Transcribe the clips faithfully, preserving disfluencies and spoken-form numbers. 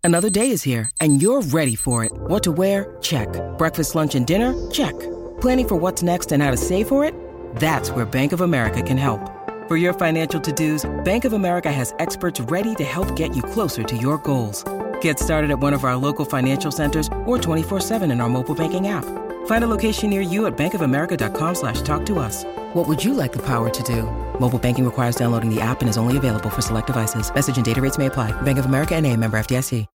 Another day is here, and you're ready for it. What to wear? Check. Breakfast, lunch, and dinner? Check. Planning for what's next and how to save for it? That's where Bank of America can help. For your financial to-dos, Bank of America has experts ready to help get you closer to your goals. Get started at one of our local financial centers or twenty-four seven in our mobile banking app. Find a location near you at bankofamerica.com slash talk to us. What would you like the power to do? Mobile banking requires downloading the app and is only available for select devices. Message and data rates may apply. Bank of America N A, member F D I C.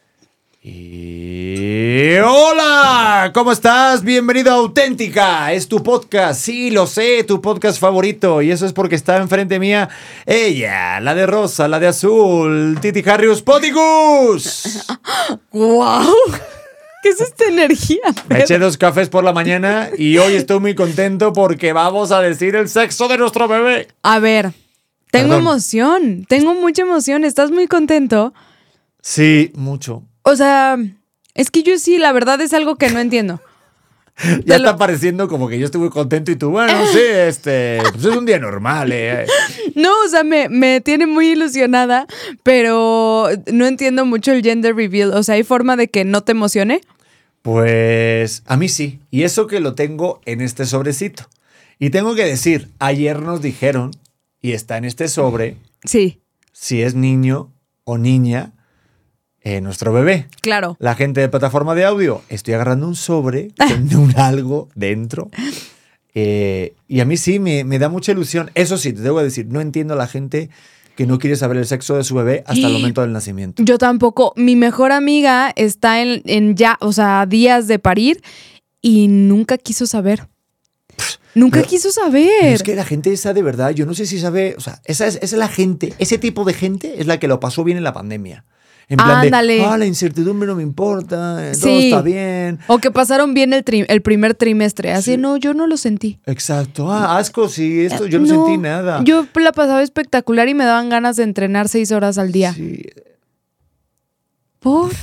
Y hola, ¿cómo estás? Bienvenido a Auténtica, es tu podcast, sí, lo sé, tu podcast favorito, y eso es porque está enfrente mía ella, la de rosa, la de azul, Titi Harrius Poticus. ¡Wow! ¿Qué es esta energía? Me eché dos cafés por la mañana y hoy estoy muy contento porque vamos a decir el sexo de nuestro bebé. A ver, tengo Perdón. emoción, tengo mucha emoción, ¿estás muy contento? Sí, mucho. O sea, es que yo sí, la verdad es algo que no entiendo. Ya Te lo- está pareciendo como que yo estoy muy contento y tú, bueno, sí, este, pues es un día normal, eh. No, o sea, me, me tiene muy ilusionada, pero no entiendo mucho el gender reveal. O sea, ¿hay forma de que no te emocione? Pues a mí sí, y eso que lo tengo en este sobrecito. Y tengo que decir, ayer nos dijeron, y está en este sobre, Sí, si es niño o niña, eh, nuestro bebé. claro. La gente de plataforma de audio, estoy agarrando un sobre con un algo dentro. Eh, y a mí sí, me, me da mucha ilusión. Eso sí, te debo decir, no entiendo a la gente que no quiere saber el sexo de su bebé hasta el momento del nacimiento. Yo tampoco. Mi mejor amiga está en, en ya, o sea, días de parir y nunca quiso saber. Nunca pero- quiso Pero saber. es que la gente esa de verdad, yo no sé si sabe, o sea, esa es, esa es la gente, ese tipo de gente es la que lo pasó bien en la pandemia. En plan Ándale. de, ah, la incertidumbre no me importa, eh, todo Sí. está bien. O que pasaron bien el, tri- el primer trimestre. Así, Sí. no, yo no lo sentí. Exacto. Ah, asco, sí, esto yo no, sentí nada. Yo la pasaba espectacular y me daban ganas de entrenar seis horas al día. Sí. ¿Por?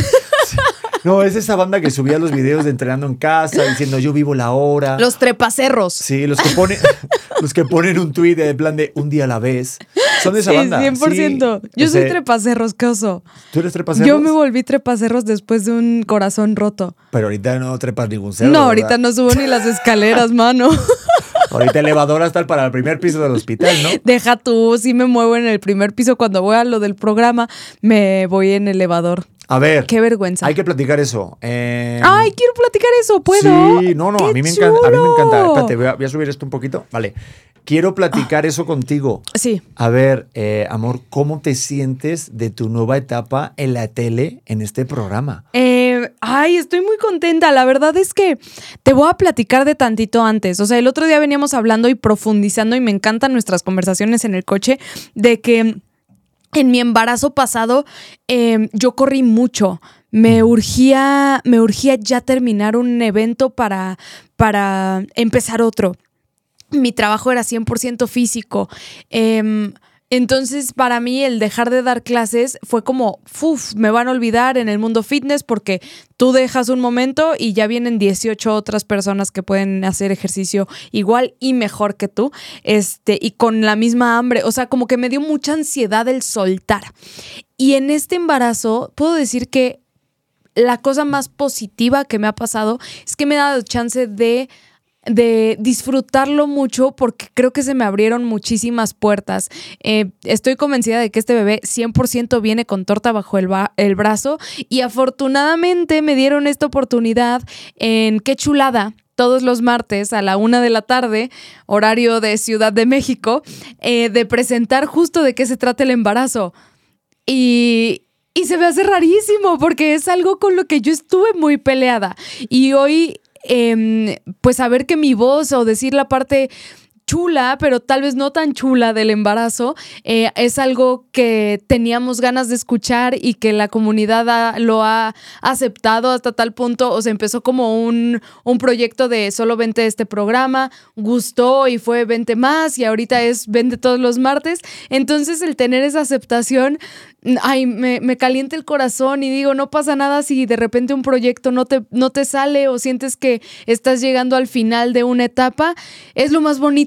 No, es esa banda que subía los videos de entrenando en casa diciendo yo vivo la hora. Los trepacerros. Sí, los que ponen los que ponen un tuit de plan de un día a la vez. Son de esa Sí, banda. cien por ciento. Sí. Yo O soy sea, trepacerros, qué oso. ¿Tú eres trepacerros? Yo me volví trepacerros después de un corazón roto. Pero ahorita no trepas ningún cerro. no, ¿verdad? ahorita no subo ni las escaleras, mano. Ahorita elevador hasta el para el primer piso del hospital, ¿no? Deja tú, sí me muevo en el primer piso. Cuando voy a lo del programa, me voy en elevador. A ver. Qué vergüenza. Hay que platicar eso. Eh, Ay, quiero platicar eso, ¿puedo? Sí, no, no, ¡Qué a mí me encanta. A mí me encanta. chulo! Espérate, voy a, voy a subir esto un poquito. Vale. Quiero platicar eso contigo. Sí. A ver, eh, amor, ¿cómo te sientes de tu nueva etapa en la tele en este programa? Eh, ay, estoy muy contenta. La verdad es que te voy a platicar de tantito antes. O sea, el otro día veníamos hablando y profundizando y me encantan nuestras conversaciones en el coche de que en mi embarazo pasado eh, yo corrí mucho. Me urgía, me urgía ya terminar un evento para, para empezar otro. Mi trabajo era cien por ciento físico. Eh, entonces, para mí, el dejar de dar clases fue como, ¡fuf! Me van a olvidar en el mundo fitness porque tú dejas un momento y ya vienen dieciocho otras personas que pueden hacer ejercicio igual y mejor que tú, este, y con la misma hambre. O sea, como que me dio mucha ansiedad el soltar. Y en este embarazo, puedo decir que la cosa más positiva que me ha pasado es que me he dado chance de de disfrutarlo mucho porque creo que se me abrieron muchísimas puertas. Eh, estoy convencida de que este bebé cien por ciento viene con torta bajo el, ba- el brazo y afortunadamente me dieron esta oportunidad en Qué Chulada, todos los martes a la una de la tarde, horario de Ciudad de México, eh, de presentar justo de qué se trata el embarazo. Y... Y se me hace rarísimo porque es algo con lo que yo estuve muy peleada. Y hoy, eh, pues saber que mi voz o decir la parte chula, pero tal vez no tan chula del embarazo, eh, es algo que teníamos ganas de escuchar y que la comunidad ha, lo ha aceptado hasta tal punto. O sea, empezó como un, un proyecto de solo vente este programa, gustó y fue vente más y ahorita es vente todos los martes. Entonces el tener esa aceptación, ay, me, me calienta el corazón y digo, no pasa nada si de repente un proyecto no te, no te sale o sientes que estás llegando al final de una etapa. Es lo más bonito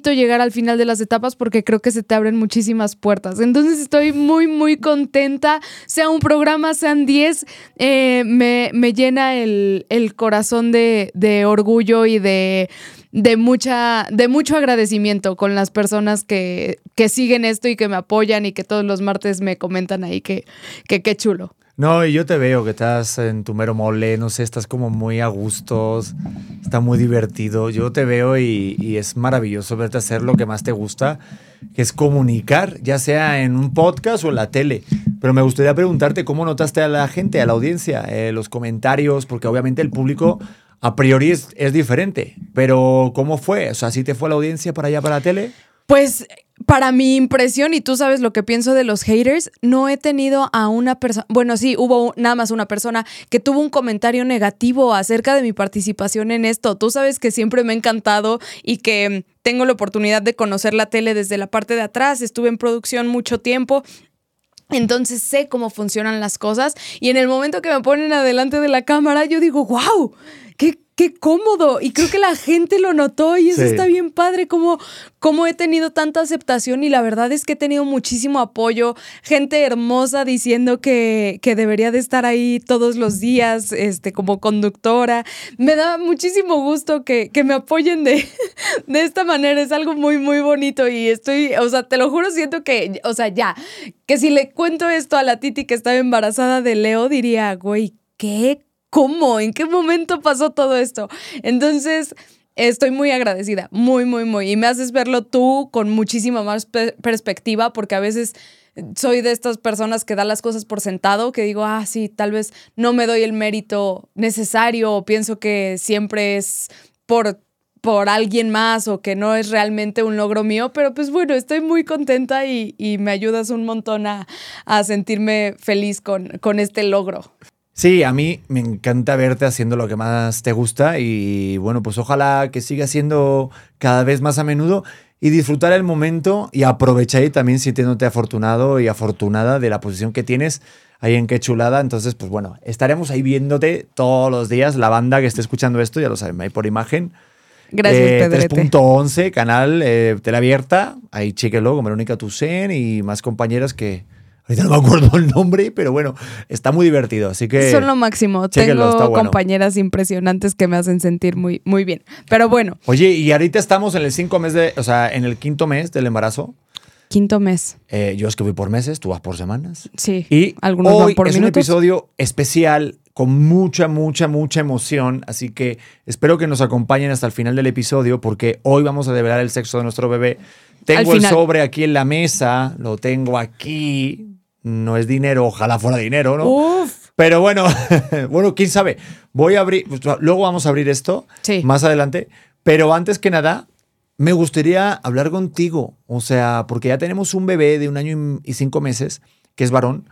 bonito llegar al final de las etapas porque creo que se te abren muchísimas puertas. Entonces estoy muy, muy contenta. Sea un programa, sean diez, eh, me, me llena el, el corazón de, de orgullo y de, de, mucha, de mucho agradecimiento con las personas que, que siguen esto y que me apoyan y que todos los martes me comentan ahí que que qué chulo. No, y yo te veo que estás en tu mero mole, no sé, estás como muy a gustos, está muy divertido. Yo te veo y, y es maravilloso verte hacer lo que más te gusta, que es comunicar, ya sea en un podcast o en la tele. Pero me gustaría preguntarte cómo notaste a la gente, a la audiencia, eh, los comentarios, porque obviamente el público a priori es, es diferente. Pero ¿cómo fue? O sea, ¿sí te fue la audiencia para allá, para la tele? Pues para mi impresión, y tú sabes lo que pienso de los haters, no he tenido a una persona, bueno, sí, hubo nada más una persona que tuvo un comentario negativo acerca de mi participación en esto. Tú sabes que siempre me ha encantado y que tengo la oportunidad de conocer la tele desde la parte de atrás, estuve en producción mucho tiempo. Entonces sé cómo funcionan las cosas y en el momento que me ponen adelante de la cámara yo digo, wow, qué Qué cómodo, y creo que la gente lo notó y eso sí. Está bien padre, como, como he tenido tanta aceptación y la verdad es que he tenido muchísimo apoyo, gente hermosa diciendo que, que debería de estar ahí todos los días este, como conductora. Me da muchísimo gusto que, que me apoyen de, de esta manera, es algo muy, muy bonito y estoy, o sea, te lo juro, siento que, o sea, ya, que si le cuento esto a la Titi que estaba embarazada de Leo, diría, güey, ¿qué? ¿Cómo? ¿En qué momento pasó todo esto? Entonces, estoy muy agradecida, muy, muy, muy. Y me haces verlo tú con muchísima más pe- perspectiva, porque a veces soy de estas personas que da las cosas por sentado, que digo, ah, sí, tal vez no me doy el mérito necesario o pienso que siempre es por... por alguien más o que no es realmente un logro mío, pero pues bueno, estoy muy contenta y, y me ayudas un montón a, a sentirme feliz con, con este logro. Sí, a mí me encanta verte haciendo lo que más te gusta y bueno, pues ojalá que siga siendo cada vez más a menudo y disfrutar el momento y aprovechar y también sintiéndote afortunado y afortunada de la posición que tienes ahí en Qué Chulada. Entonces, pues bueno, estaremos ahí viéndote todos los días. La banda que esté escuchando esto, ya lo saben, ahí por imagen. Gracias, eh, Pedrete. tres punto once, canal eh, Teleabierta. Ahí chéquenlo con Verónica Tucen y más compañeras que... ahorita no me acuerdo el nombre, pero bueno, está muy divertido, así que... Son lo máximo. chéquenlo, Tengo está bueno. compañeras impresionantes que me hacen sentir muy, muy bien. Pero bueno. Oye, y ahorita estamos en el cinco mes de... O sea, en el quinto mes del embarazo. Quinto mes. Eh, yo es que voy por meses, tú vas por semanas. Sí, Y algunos hoy van por es minutos. un episodio especial con mucha, mucha, mucha emoción, así que espero que nos acompañen hasta el final del episodio porque hoy vamos a develar el sexo de nuestro bebé. Tengo el sobre aquí en la mesa, lo tengo aquí... No es dinero, ojalá fuera dinero, ¿no? Uf. Pero bueno, bueno, quién sabe. Voy a abrir, luego vamos a abrir esto sí. más adelante. Pero antes que nada, me gustaría hablar contigo. O sea, porque ya tenemos un bebé de un año y cinco meses, que es varón.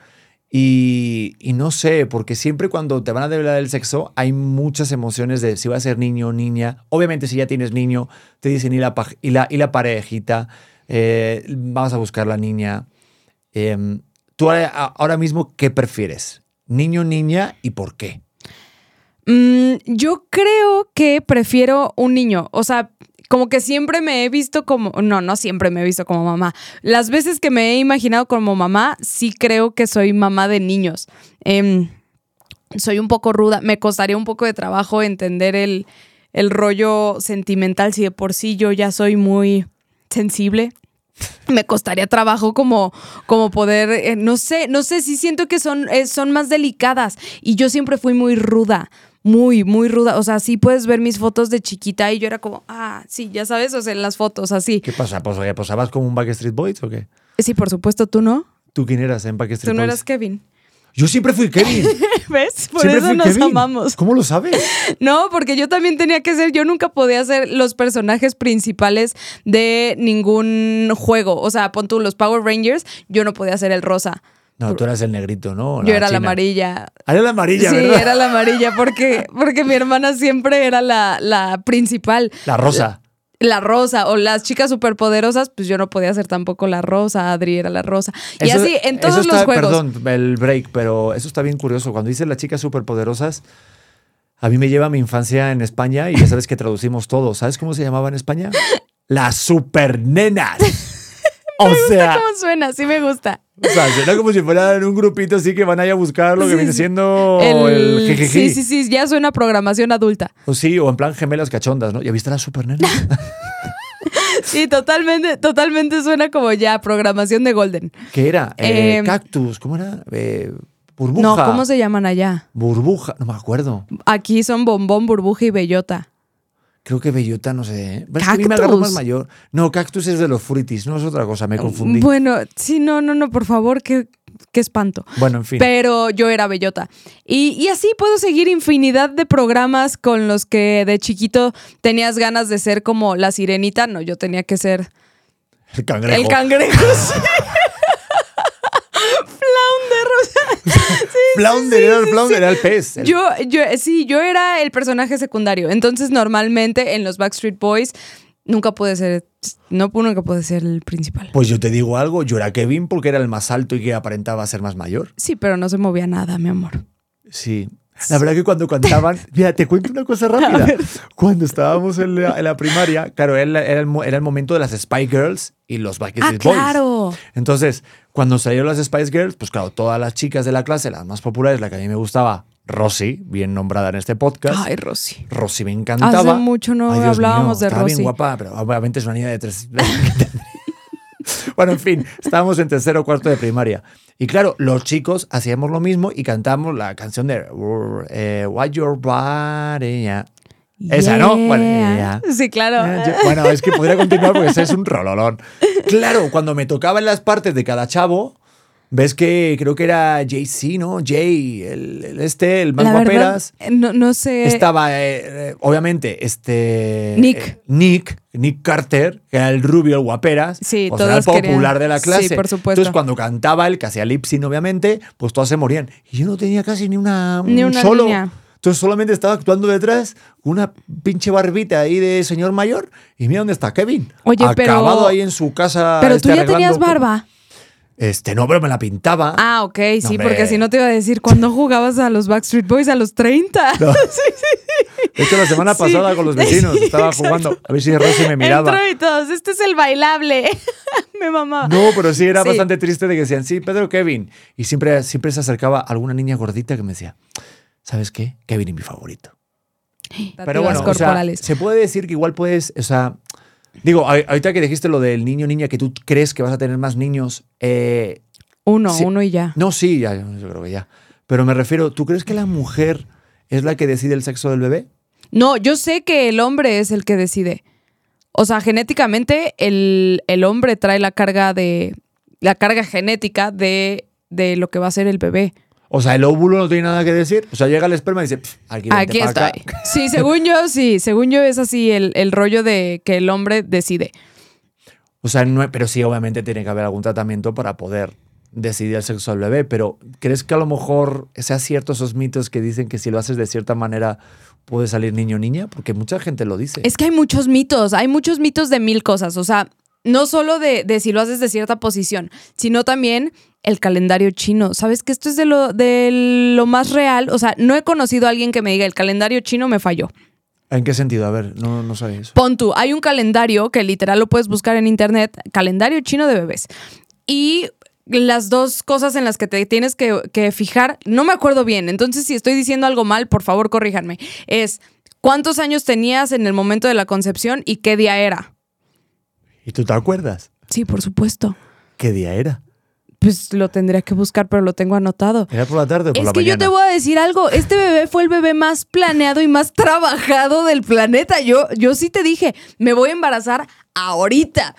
Y, y no sé, porque siempre cuando te van a develar el sexo, hay muchas emociones de si va a ser niño o niña. Obviamente, si ya tienes niño, te dicen y la, y la, y la parejita, eh, vamos a buscar la niña. Eh, ¿Tú ahora mismo qué prefieres? ¿Niño, niña y por qué? Mm, yo creo que prefiero un niño. O sea, como que siempre me he visto como... No, no siempre me he visto como mamá. Las veces que me he imaginado como mamá, sí creo que soy mamá de niños. Eh, soy un poco ruda. Me costaría un poco de trabajo entender el, el rollo sentimental si de por sí yo ya soy muy sensible. Me costaría trabajo como, como poder, eh, no sé, no sé si siento que son, eh, son más delicadas y yo siempre fui muy ruda, muy, muy ruda. O sea, sí puedes ver mis fotos de chiquita y yo era como, ah, sí, ya sabes, o sea, en las fotos así. ¿Qué pasa? Pues, ¿posabas como un Backstreet Boys o qué? Sí, por supuesto, ¿tú no? ¿Tú quién eras en Backstreet Boys? Tú no eras Kevin. Yo siempre fui Kevin. ¿Ves? Por siempre eso nos Kevin. amamos. ¿Cómo lo sabes? No, porque yo también tenía que ser, yo nunca podía ser los personajes principales de ningún juego. O sea, pon tú los Power Rangers, yo no podía ser el rosa. No, tú eras el negrito, ¿no? La yo era china. La amarilla. Ah, era la amarilla, sí, ¿verdad? Sí, era la amarilla porque, porque mi hermana siempre era la, la principal. La rosa. La rosa o las chicas superpoderosas, pues yo no podía ser tampoco la rosa, Adri era la rosa. Y eso, así en todos eso está, los juegos. Perdón, el break, pero eso está bien curioso. Cuando dices las chicas superpoderosas, a mí me lleva a mi infancia en España y ya sabes que traducimos todo. ¿Sabes cómo se llamaba en España? Las supernenas. O me gusta sea, cómo suena, sí me gusta. o sea, suena como si fueran un grupito así que van a ir a buscar lo que Sí, viene sí. siendo El- el jejeje. sí, sí, sí, ya suena programación adulta. O sí, o en plan gemelas cachondas, ¿no? ¿Ya viste las supernenas? Sí, totalmente, totalmente suena como ya programación de Golden. ¿Qué era? Eh, Eh, cactus, ¿cómo era? Eh, burbuja. No, ¿cómo se llaman allá? Burbuja, no me acuerdo. Aquí son bombón, burbuja y bellota. Creo que bellota, no sé. Bueno, es que a mí me ¿Cactus? agarró más mayor. No, cactus es de los fruitis, no es otra cosa, me confundí. Bueno, sí, no, no, no, por favor, qué, qué espanto. Bueno, en fin. Pero yo era bellota. Y, y así puedo seguir infinidad de programas con los que de chiquito tenías ganas de ser como la sirenita. No, yo tenía que ser El cangrejo. el cangrejo. Sí. Flounder, o sea, sí, Flounder, sí, era el sí, flounder, sí. era el pez. El- Yo, yo, sí, yo era el personaje secundario. Entonces, normalmente en los Backstreet Boys nunca pude ser, no nunca pude ser el principal. Pues yo te digo algo, yo era Kevin porque era el más alto y que aparentaba ser más mayor. Sí, pero no se movía nada, mi amor. Sí. La verdad que cuando cantaban, mira, te cuento una cosa rápida. Cuando estábamos en la, en la primaria, claro, era, era el, mo- era el momento de las Spice Girls y los Ah, Backstreet Boys. claro. Entonces, cuando salieron las Spice Girls, pues claro, todas las chicas de la clase, las más populares, la que a mí me gustaba, Rosy, bien nombrada en este podcast. Ay, Rosy. Rosy me encantaba. Hace mucho no Ay, Dios hablábamos mío, de estaba Rosy. bien guapa, pero obviamente es una niña de tres. Bueno, en fin, estábamos en tercero o cuarto de primaria. Y claro, los chicos hacíamos lo mismo y cantamos la canción de eh, What Your Body. Yeah. Esa, ¿no? Bueno, Yeah. ya. Sí, claro. Eh, yo- Bueno, es que podría continuar porque ese es un rololón. Claro, cuando me tocaban las partes de cada chavo, ves que creo que era Jay-Z, ¿no? Jay, el, el este, el más La verdad, guaperas. no, no sé. Estaba, eh, eh, obviamente, este... Nick. eh, Nick, Nick Carter, que era el rubio, el guaperas. Sí, pues era el todos querían- popular de la clase. Sí, por supuesto. Entonces, cuando cantaba él, que hacía lip sync, obviamente, pues todas se morían. Y yo no tenía casi ni una... Ni un una solo. línea. Entonces solamente estaba actuando detrás con una pinche barbita ahí de señor mayor. Y mira dónde está Kevin. Oye, pero- Acabado ahí en su casa. Pero este, tú ya arreglando- tenías barba. Este, no, pero me la pintaba. Ah, ok, sí, hombre. porque si no te iba a decir, ¿cuándo jugabas a los Backstreet Boys? A los treinta. No. Sí, sí, sí. De hecho, la semana Sí. pasada con los vecinos Sí, estaba exacto. jugando. A ver si Rosy me miraba. Entró y todos, este es el bailable. Me mamaba. No, pero sí era Sí. bastante triste de que decían, sí, Pedro, Kevin. Y siempre, siempre se acercaba alguna niña gordita que me decía, ¿sabes qué? Kevin es mi favorito. Pero bueno, o sea, corporales. se puede decir que igual puedes, o sea, digo, a- ahorita que dijiste lo del niño niña, que tú crees que vas a tener más niños, eh, Uno, sí. uno y ya. no, sí, ya, yo creo que ya. Pero me refiero, ¿tú crees que la mujer es la que decide el sexo del bebé? No, yo sé que el hombre es el que decide. O sea, genéticamente el, el hombre trae la carga de la carga genética de, de lo que va a ser el bebé. O sea, el óvulo no tiene nada que decir. O sea, llega el esperma y dice, "Pff, aquí, vente Aquí pa' está. acá". Sí, según yo, sí. Según yo es así el, el rollo de que el hombre decide. O sea, no, pero sí, obviamente tiene que haber algún tratamiento para poder decidir el sexo del bebé. Pero ¿crees que a lo mejor sea cierto esos mitos que dicen que si lo haces de cierta manera puede salir niño o niña? Porque mucha gente lo dice. Es que hay muchos mitos, hay muchos mitos de mil cosas. O sea, no solo de, de si lo haces de cierta posición, sino también el calendario chino. ¿Sabes que esto es de lo, de lo más real? O sea, no he conocido a alguien que me diga el calendario chino me falló. ¿En qué sentido? A ver, no, no sabía eso. Pon tú, hay un calendario que literal lo puedes buscar en internet, calendario chino de bebés. Y las dos cosas en las que te tienes que, que fijar, no me acuerdo bien, entonces si estoy diciendo algo mal, por favor corríjanme, es cuántos años tenías en el momento de la concepción y qué día era. ¿Y tú te acuerdas? Sí, por supuesto. ¿Qué día era? Pues lo tendría que buscar, pero lo tengo anotado. ¿Era por la tarde o por Es la que mañana? yo te voy a decir algo, este bebé fue el bebé más planeado y más trabajado del planeta. Yo, yo sí te dije, me voy a embarazar ahorita.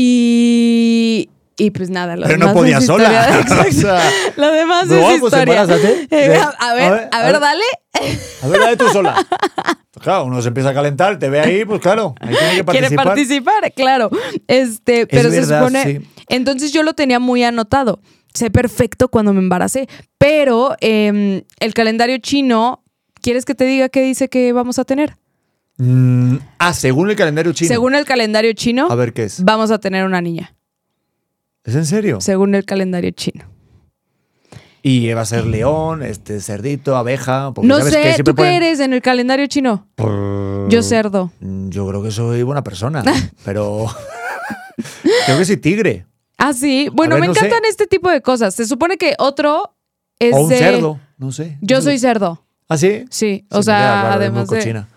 Y... Y pues nada, lo Pero no demás podía es sola. historia. Exacto. O sea, Lo demás no, es pues historia. embarázate. Eh, De- a, a ver, a ver, a a ver, ver. dale. A ver, dale tú sola. Pues claro, uno se empieza a calentar, te ve ahí, pues claro, ahí tiene que Quiere participar. participar, claro. Este, pero se verdad, supone. sí. Entonces yo lo tenía muy anotado. Sé perfecto cuando me embaracé. Pero eh, el calendario chino, ¿quieres que te diga qué dice que vamos a tener? Mm, ah, según el calendario chino. Según el calendario chino, A ver qué es. vamos a tener una niña. ¿Es en serio? Según el calendario chino. Y va a ser león, este cerdito, abeja. porque No sabes sé, que ¿tú siempre qué ponen- eres en el calendario chino? Por- Yo cerdo. Yo creo que soy buena persona, pero creo que soy tigre. Ah, sí. Bueno, ver, me no encantan sé. este tipo de cosas. Se supone que otro es O un de... cerdo, no sé. Yo soy cerdo. ¿Ah, sí? Sí, o Sí, sea, mira, claro, es muy además de... cochina.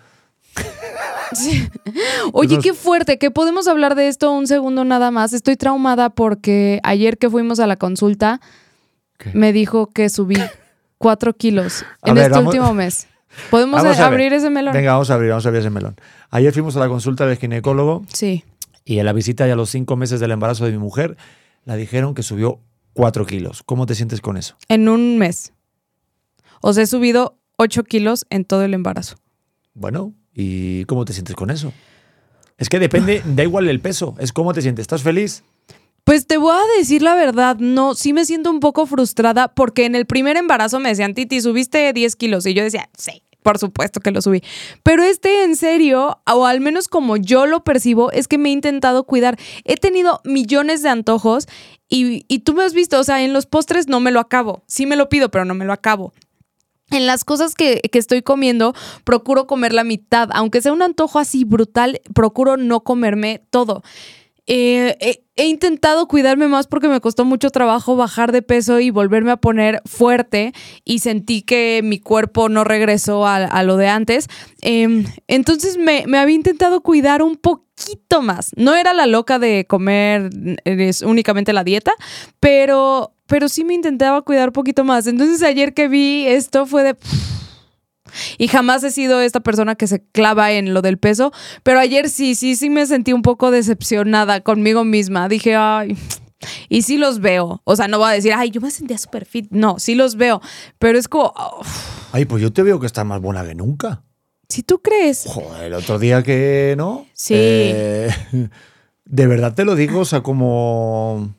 Sí. Oye, Nos- qué fuerte, que podemos hablar de esto un segundo nada más. Estoy traumada porque ayer que fuimos a la consulta ¿Qué? me dijo que subí cuatro kilos A en ver, este vamos- último mes. ¿Podemos Vamos a- a ver. abrir ese melón? Venga, vamos a abrir, vamos a abrir ese melón. Ayer fuimos a la consulta del ginecólogo Sí. y en la visita ya a los cinco meses del embarazo de mi mujer, la dijeron que subió cuatro kilos. ¿Cómo te sientes con eso? En un mes. O sea, he subido ocho kilos en todo el embarazo. Bueno, ¿y cómo te sientes con eso? Es que depende, da igual el peso, es cómo te sientes. ¿Estás feliz? Pues te voy a decir la verdad, no, sí me siento un poco frustrada porque en el primer embarazo me decían, Titi, subiste diez kilos. Y yo decía, sí, por supuesto que lo subí. Pero este en serio, o al menos como yo lo percibo, es que me he intentado cuidar. He tenido millones de antojos y, y tú me has visto, o sea, en los postres no me lo acabo. Sí me lo pido, pero no me lo acabo. En las cosas que, que estoy comiendo, procuro comer la mitad. Aunque sea un antojo así brutal, procuro no comerme todo. Eh, he, he intentado cuidarme más porque me costó mucho trabajo bajar de peso y volverme a poner fuerte y sentí que mi cuerpo no regresó a, a lo de antes. Eh, entonces me, me había intentado cuidar un poquito más. No era la loca de comer es únicamente la dieta, pero, pero sí me intentaba cuidar un poquito más. Entonces ayer que vi esto fue de... Y jamás he sido esta persona que se clava en lo del peso, pero ayer sí, sí, sí me sentí un poco decepcionada conmigo misma. Dije, ay, y sí los veo. O sea, no voy a decir, ay, yo me sentía súper fit. No, sí los veo, pero es como, oh, Ay, pues yo te veo que estás más buena que nunca. si tú crees. Joder, el otro día que no. Sí. Eh, de verdad te lo digo, o sea, como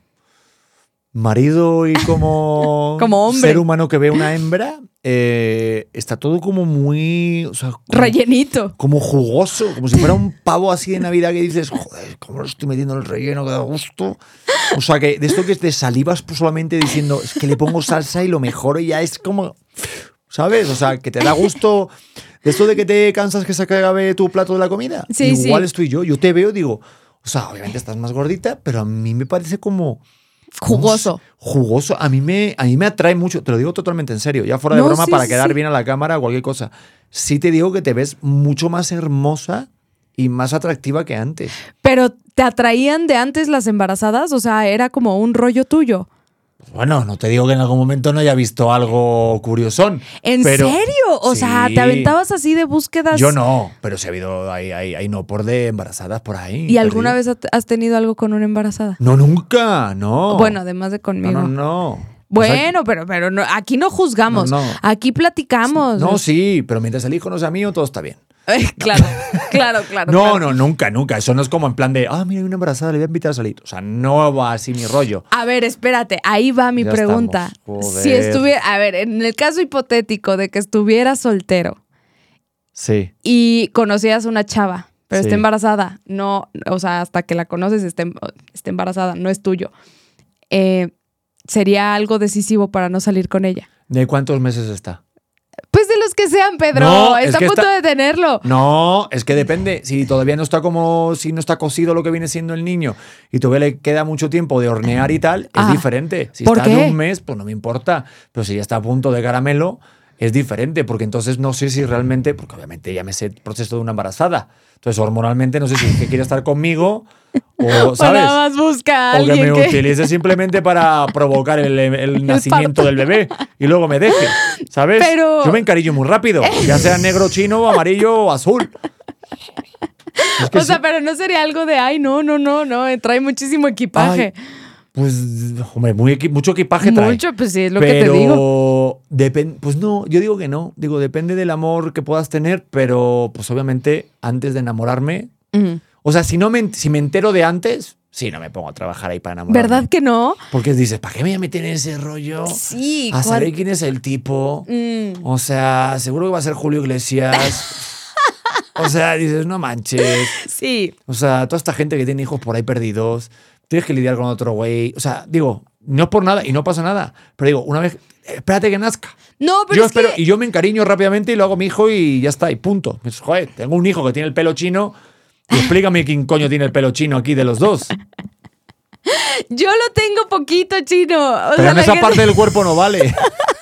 marido y como, Como hombre. ser humano que ve una hembra, eh, está todo como muy, o sea, como, Rellenito. como jugoso, como si fuera un pavo así de Navidad que dices, joder, ¿cómo lo estoy metiendo en el relleno? Que da gusto. O sea, que de esto que te salivas pues solamente diciendo, es que le pongo salsa y lo mejoro y ya es como, ¿sabes? O sea, que te da gusto. De esto de que te cansas que se acabe tu plato de la comida. Sí, Igual sí. estoy yo. Yo te veo, digo, o sea, obviamente estás más gordita, pero a mí me parece como... Jugoso. no sé, jugoso. A mí, me, a mí me atrae mucho. Te lo digo totalmente en serio. Ya fuera de No, broma, sí, para sí, quedar sí. bien a la cámara o cualquier cosa. Sí te digo que te ves mucho más hermosa y más atractiva que antes. Pero ¿te atraían de antes las embarazadas? O sea, era como un rollo tuyo. Bueno, no te digo que en algún momento no haya visto algo curiosón. ¿En pero- serio? O sea, Sí. ¿te aventabas así de búsquedas? Yo no, pero sí ha habido, hay, hay, hay no por de embarazadas por ahí. ¿Y alguna perdido. vez has tenido algo con una embarazada? No, nunca, no. Bueno, además de no, conmigo. no, no. O sea, Bueno, pero, pero no, aquí no juzgamos, No, no. aquí platicamos. no, sí, pero mientras el hijo no sea mío, todo está bien. Eh, claro, claro, claro. No, claro. no, nunca, nunca. Eso no es como en plan de, ah, mira, hay una embarazada, le voy a invitar a salir. O sea, no va así mi rollo. A ver, espérate, ahí va mi Ya pregunta. estamos, joder. Si estuviera, a ver, en el caso hipotético de que estuvieras soltero Sí. y conocías una chava, pero Sí. está embarazada, no, o sea, hasta que la conoces esté, esté embarazada, no es tuyo. Eh, ¿Sería algo decisivo para no salir con ella? ¿De cuántos meses está? Pues de los que sean, Pedro. No, es está que a punto está- de tenerlo. No, es que depende. Si todavía no está como, si no está cocido lo que viene siendo el niño y todavía le queda mucho tiempo de hornear y tal, es Ah. diferente. Si ¿Por está qué? de un mes, pues no me importa. Pero si ya está a punto de caramelo, es diferente, porque entonces no sé si realmente, porque obviamente ya me sé el proceso de una embarazada. Entonces, hormonalmente, no sé si es que quiere estar conmigo o, O ¿sabes? nada más busca a O que alguien me que... utilice simplemente para provocar el, el nacimiento parto. del bebé y luego me deje, ¿sabes? Pero- Yo me encariño muy rápido, ya sea negro, chino, amarillo o azul. Es que O sea, sí. pero no sería algo de, ay, no, no, no, no, trae muchísimo equipaje. Ay, pues, hombre, muy equi- mucho equipaje trae. Mucho, pues sí, es lo pero que te digo. depen- pues no, yo digo que no. Digo, depende del amor que puedas tener, pero pues obviamente antes de enamorarme. Ujú. O sea, si no me, si me entero de antes, sí, no me pongo a trabajar ahí para enamorarme. ¿Verdad que no? Porque dices, ¿para qué me voy a meter en ese rollo? Sí. A saber cuan- quién es el tipo. Mm. O sea, seguro que va a ser Julio Iglesias. O sea, dices, no manches. Sí. O sea, toda esta gente que tiene hijos por ahí perdidos, tienes que lidiar con otro güey. O sea, digo, no es por nada y no pasa nada. Pero digo, una vez, espérate que nazca. No, pero yo es espero, que... Y yo me encariño rápidamente y lo hago mi hijo y ya está, y punto. Pues, joder, tengo un hijo que tiene el pelo chino y explícame quién coño tiene el pelo chino aquí de los dos. Yo lo tengo poquito, chino. O Pero sea, en la esa gente- parte del cuerpo no vale.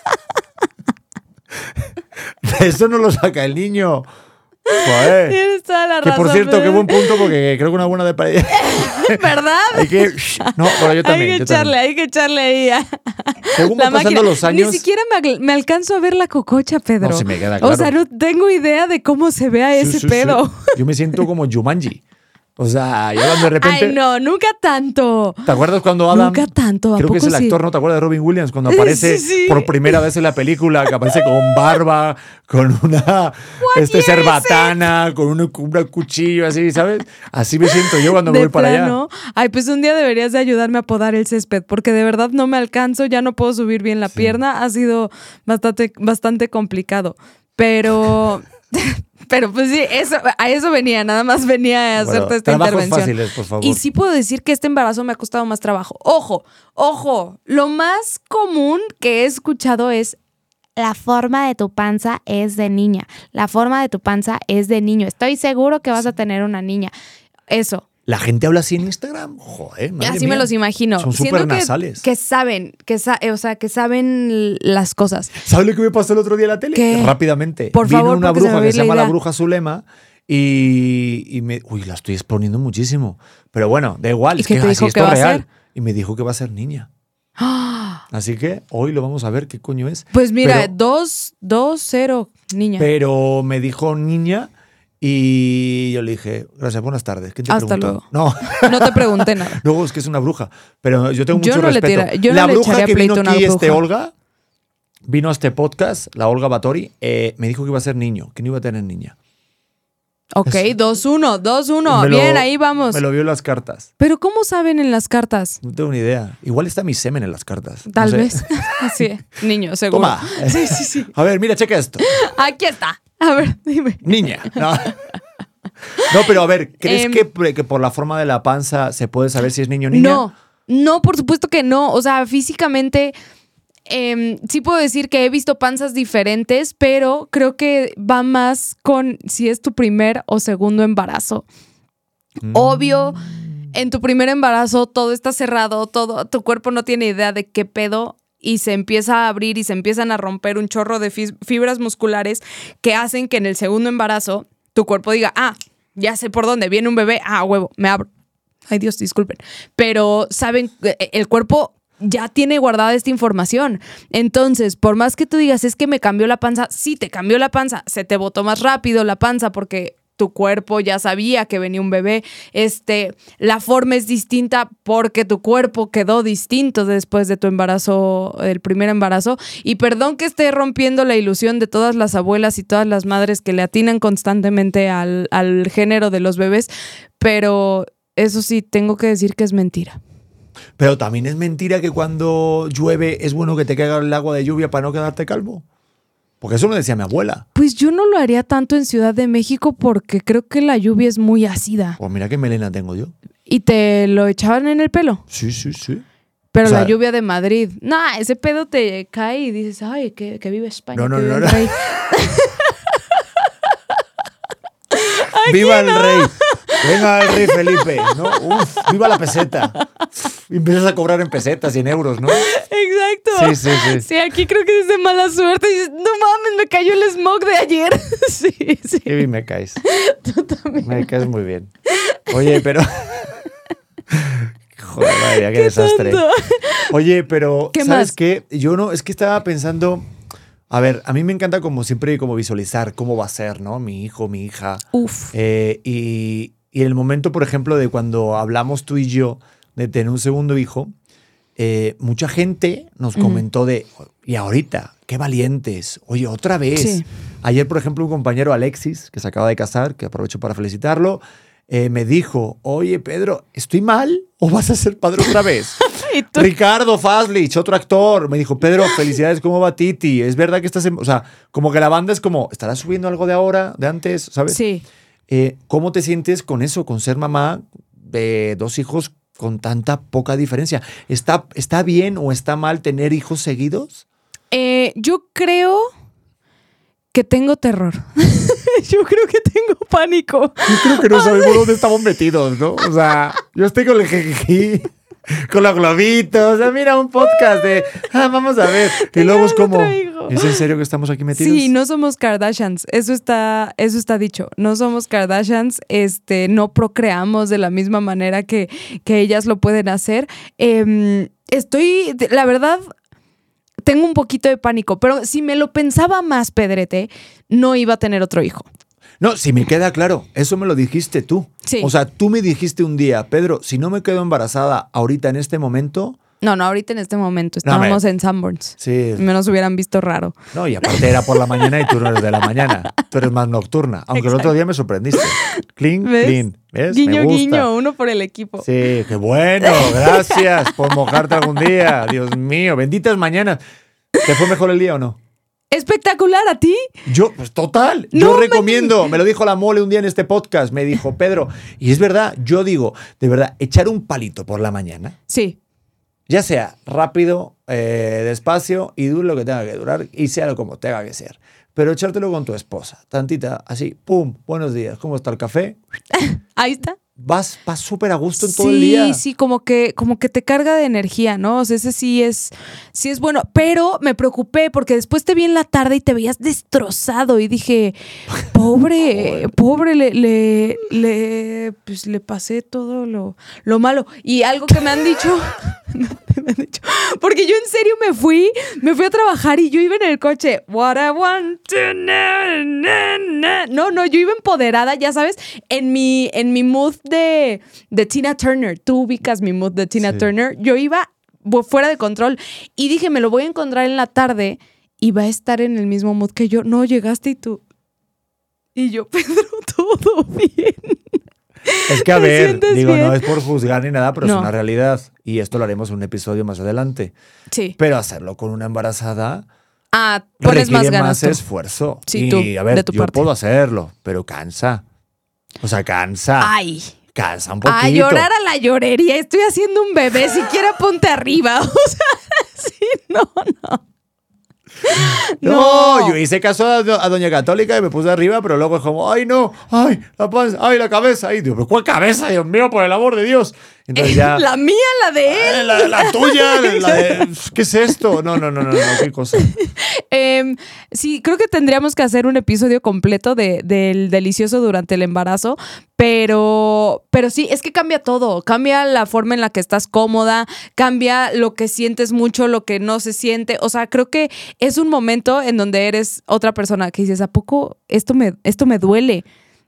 Eso no lo saca el niño. Joder. Tienes toda la Que razón. por cierto, pero- qué buen punto, porque creo que una buena de paella. ¿Verdad? Hay que. No, bueno, yo también. hay que yo echarle, también. hay que echarle ahí a Según la van pasando máquina. los años. Ni siquiera me, ag- me alcanzo a ver la cococha, Pedro. No, se me queda O claro. sea, no tengo idea de cómo se vea Sí, ese sí, sí. pedo. Yo me siento como Jumanji. O sea, ya cuando de repente. Ay, no, nunca tanto. ¿Te acuerdas cuando Adam? Nunca tanto, ¿a Creo que es poco el sí? actor, ¿no? ¿Te acuerdas de Robin Williams? Cuando aparece Sí, sí. por primera vez en la película, que aparece con barba, con una este, year is cerbatana, con un, con un cuchillo, así, ¿sabes? Así me siento yo cuando me De voy para allá. plano. Ay, pues un día deberías de ayudarme a podar el césped, porque de verdad no me alcanzo, ya no puedo subir bien la pierna. Ha sido bastante, bastante complicado. Pero... Pero pues sí, eso, a eso venía, nada más venía a Bueno, hacerte esta trabajos intervención. fáciles, por favor. Y sí puedo decir que este embarazo me ha costado más trabajo. Ojo, ojo, lo más común que he escuchado es: la forma de tu panza es de niña, la forma de tu panza es de niño. Estoy seguro que vas a tener una niña. Eso. La gente habla así en Instagram. Joder, madre Así mía. me los imagino. Son Siento súper que- nasales. Que, saben, que sa- o sea, que saben las cosas. ¿Sabes lo que me pasó el otro día en la tele? ¿Qué? Rápidamente. Por Vino favor, una porque se me bruja va a que ir se la llama la idea. bruja Zulema y, y me... Uy, la estoy exponiendo muchísimo. Pero bueno, da igual. ¿Y Es qué que te así dijo esto que es va a real. ser? Y me dijo que va a ser niña. ¡Ah! Así que hoy lo vamos a ver qué coño es. Pues mira, Pero- dos, dos, cero, niña. Pero me dijo niña y yo le dije, gracias, buenas tardes. ¿Quién te Hasta preguntó? luego. No. No te pregunté nada. Luego es que es una bruja. Pero yo tengo Yo mucho no le respeto. tira- yo no la le bruja echaría que vino pleito a una aquí, este bruja. Olga, vino a este podcast, la Olga Batori, eh, me dijo que iba a ser niño, que no iba a tener niña. Ok, dos uno, dos uno. Me lo- Bien, ahí vamos. Me lo vio en las cartas. Pero ¿cómo saben en las cartas? No tengo ni idea. Igual está mi semen en las cartas. No Tal sé. vez. Sí, niño, seguro. Toma. Sí, sí, sí. A ver, mira, checa esto. Aquí está. A ver, dime. Niña. No. No, pero a ver, ¿crees Em, que, que por la forma de la panza se puede saber si es niño o niña? No, no, por supuesto que no. O sea, físicamente em, sí puedo decir que he visto panzas diferentes, pero creo que va más con si es tu primer o segundo embarazo. Mm. Obvio, en tu primer embarazo todo está cerrado, todo, tu cuerpo no tiene idea de qué pedo y se empieza a abrir y se empiezan a romper un chorro de fis- fibras musculares que hacen que en el segundo embarazo tu cuerpo diga, ah, ya sé por dónde viene un bebé, ah, huevo, me abro. Ay, Dios, disculpen. Pero, ¿saben? El cuerpo ya tiene guardada esta información. Entonces, por más que tú digas, es que me cambió la panza, sí te cambió la panza, se te botó más rápido la panza porque tu cuerpo ya sabía que venía un bebé. Este, la forma es distinta porque tu cuerpo quedó distinto después de tu embarazo, el primer embarazo. Y perdón que esté rompiendo la ilusión de todas las abuelas y todas las madres que le atinan constantemente al, al género de los bebés, pero eso sí, tengo que decir que es mentira. Pero también es mentira que cuando llueve es bueno que te caiga el agua de lluvia para no quedarte calvo. Porque eso me decía mi abuela. Pues yo no lo haría tanto en Ciudad de México porque creo que la lluvia es muy ácida. Pues mira qué melena tengo yo. ¿Y te lo echaban en el pelo? Sí, sí, sí. Pero O sea, la lluvia de Madrid. Nah, ese pedo te cae y dices, ay, que, que vive España. No, no, que vive no, el no. rey. ¡Viva el rey! Venga el rey Felipe, ¿no? Uf, ¡viva la peseta! Y empiezas a cobrar en pesetas y en euros, ¿no? Exacto. Sí, sí, sí. Sí, aquí creo que es de mala suerte. Y dices, no mames, me cayó el smog de ayer. Sí, sí. Qué bien me caes. Me caes muy bien. Oye, pero... Joder, madre mía, qué, Qué desastre. tonto. Oye, pero ¿Qué ¿sabes más? qué? Yo no, es que estaba pensando... A ver, a mí me encanta como siempre como visualizar cómo va a ser, ¿no? Mi hijo, mi hija. Uf. Eh, y, y en el momento, por ejemplo, de cuando hablamos tú y yo de tener un segundo hijo, eh, mucha gente nos Ujú. comentó de, y ahorita, qué valientes, oye, otra vez. Sí. Ayer, por ejemplo, un compañero, Alexis, que se acaba de casar, que aprovecho para felicitarlo, eh, me dijo, oye, Pedro, ¿estoy mal o vas a ser padre otra vez? ¿Y tú? Ricardo Faslich, otro actor, me dijo, Pedro, felicidades, ¿cómo va Titi? Es verdad que estás en... O sea, como que la banda es como, ¿estarás subiendo algo de ahora, de antes, sabes? Sí. Eh, ¿Cómo te sientes con eso, con ser mamá de dos hijos con tanta poca diferencia. ¿Está, está bien o está mal tener hijos seguidos? Eh, yo creo que tengo terror. Yo creo que tengo pánico. Yo creo que no sabemos dónde estamos metidos, ¿no? O sea, yo estoy con el jejejí, con los globitos. O sea, mira, un podcast de, ah, vamos a ver. Y luego es como, ¿es en serio que estamos aquí metidos? Sí, no somos Kardashians. Eso está, eso está dicho. No somos Kardashians. Este, no procreamos de la misma manera que, que ellas lo pueden hacer. Eh, estoy, la verdad... Tengo un poquito de pánico, pero si me lo pensaba más, Pedrete, no iba a tener otro hijo. No, si me queda claro, eso me lo dijiste tú. Sí. O sea, tú me dijiste un día, Pedro, si no me quedo embarazada ahorita en este momento... No, no, ahorita en este momento estábamos no, en Sanborns. Sí. Me nos hubieran visto raro. No, y aparte era por la mañana y tú no eres de la mañana. Tú eres más nocturna. Aunque Exacto. El otro día me sorprendiste. Clean, ¿Ves? clean. ¿Ves? Guiño, me gusta. guiño, uno por el equipo. Sí, qué bueno. Gracias por mojarte algún día. Dios mío, benditas mañanas. ¿Te fue mejor el día o no? Espectacular, ¿a ti? Yo, pues total, no, yo recomiendo, me... me lo dijo la Mole un día en este podcast, me dijo, Pedro, y es verdad, yo digo, de verdad, echar un palito por la mañana. Sí. Ya sea rápido, eh, despacio y dure lo que tenga que durar y sea como tenga que ser. Pero echártelo con tu esposa, tantita, así, pum, buenos días, ¿cómo está el café? Ahí está. Vas, vas súper a gusto en todo sí, el día. Sí, sí, como que, como que te carga de energía, ¿no? O sea, ese sí es, sí es bueno. Pero me preocupé porque después te vi en la tarde y te veías destrozado y dije, pobre, pobre, le, le, le, pues le pasé todo lo, lo malo. Y algo que me han dicho, me han dicho, porque yo en serio me fui, me fui a trabajar y yo iba en el coche. What I want to know, na, na. No, no, yo iba empoderada, ya sabes, en mi, en mi mood de, de Tina Turner. Tú ubicas mi mood de Tina sí. Turner. Yo iba fuera de control y dije, me lo voy a encontrar en la tarde y va a estar en el mismo mood que yo. No, llegaste y tú... Y yo, Pedro, todo bien. Es que a ver, digo, bien? No es por juzgar ni nada, pero no. es una realidad. Y esto lo haremos en un episodio más adelante. Sí. Pero hacerlo con una embarazada ah, pones requiere más, ganas más tú. esfuerzo. Sí, y tú, a ver, de tu yo parte. puedo hacerlo, pero cansa. O sea, cansa. Ay. Cansa un poquito. A llorar a la llorería. Estoy haciendo un bebé. Siquiera ponte arriba. O sea, sí, no, no. No, no, yo hice caso a, a Doña Católica y me puse arriba, pero luego es como, ay, no, ay, la panza, ay, la cabeza. Ay, Dios, pero ¿cuál cabeza, Dios mío, por el amor de Dios? Entonces ya, la mía, la de él. La, la tuya, la de, ¿qué es esto? No, no, no, no, no, qué cosa. Eh, sí, creo que tendríamos que hacer un episodio completo de, del delicioso durante el embarazo, pero, pero sí, es que cambia todo, cambia la forma en la que estás cómoda, cambia lo que sientes mucho, lo que no se siente, o sea, creo que es un momento en donde eres otra persona que dices, ¿a poco esto me, esto me duele?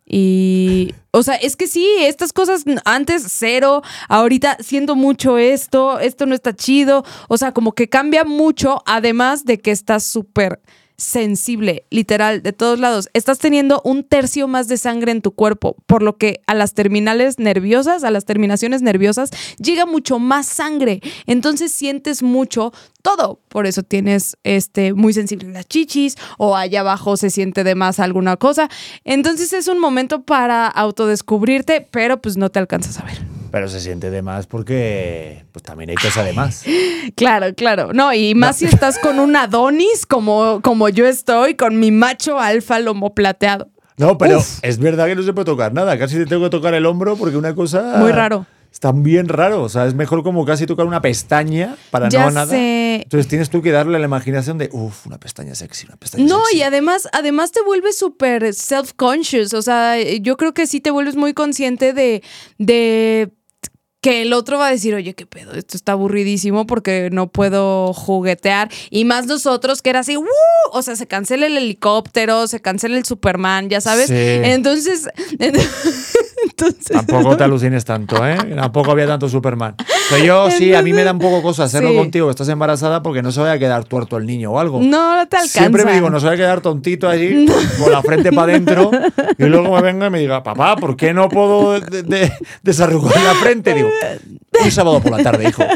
Y, o sea, es que sí, estas cosas antes cero, ahorita siento mucho esto, esto no está chido, o sea, como que cambia mucho, además de que estás súper sensible, literal, de todos lados. Estás teniendo un tercio más de sangre en tu cuerpo, por lo que a las terminales nerviosas, a las terminaciones nerviosas, llega mucho más sangre. Entonces sientes mucho todo. Por eso tienes este, muy sensible las chichis o allá abajo se siente de más alguna cosa. Entonces es un momento para autodescubrirte, pero pues no te alcanzas a ver. Pero se siente de más porque pues también hay cosa de más. Claro, claro. No, y más no. si estás con un Adonis como, como yo estoy, con mi macho alfa lomo plateado. No, pero Uf. es verdad que no se puede tocar nada. Casi te tengo que tocar el hombro porque una cosa... Muy raro. Está bien raro. O sea, es mejor como casi tocar una pestaña para ya no nada. Sé. Entonces tienes tú que darle a la imaginación de, uff, una pestaña sexy, una pestaña no, sexy. No, y además, además te vuelves súper self-conscious. O sea, yo creo que sí te vuelves muy consciente de... de que el otro va a decir, oye, qué pedo, esto está aburridísimo porque no puedo juguetear. Y más nosotros que era así, ¡uh! O sea, se cancela el helicóptero, se cancela el Superman, ya sabes. Sí. Entonces, entonces... Tampoco no. te alucines tanto, ¿eh? Tampoco había tanto Superman. Pero yo sí, entonces, a mí me da un poco cosa hacerlo sí. contigo, que estás embarazada, porque no se vaya a quedar tuerto el niño o algo. No, no te alcanza. Siempre me digo, no se vaya a quedar tontito allí, no. con la frente para adentro, y luego me venga y me diga, papá, ¿por qué no puedo de, de, desarrugar la frente? Digo, un sábado por la tarde, hijo.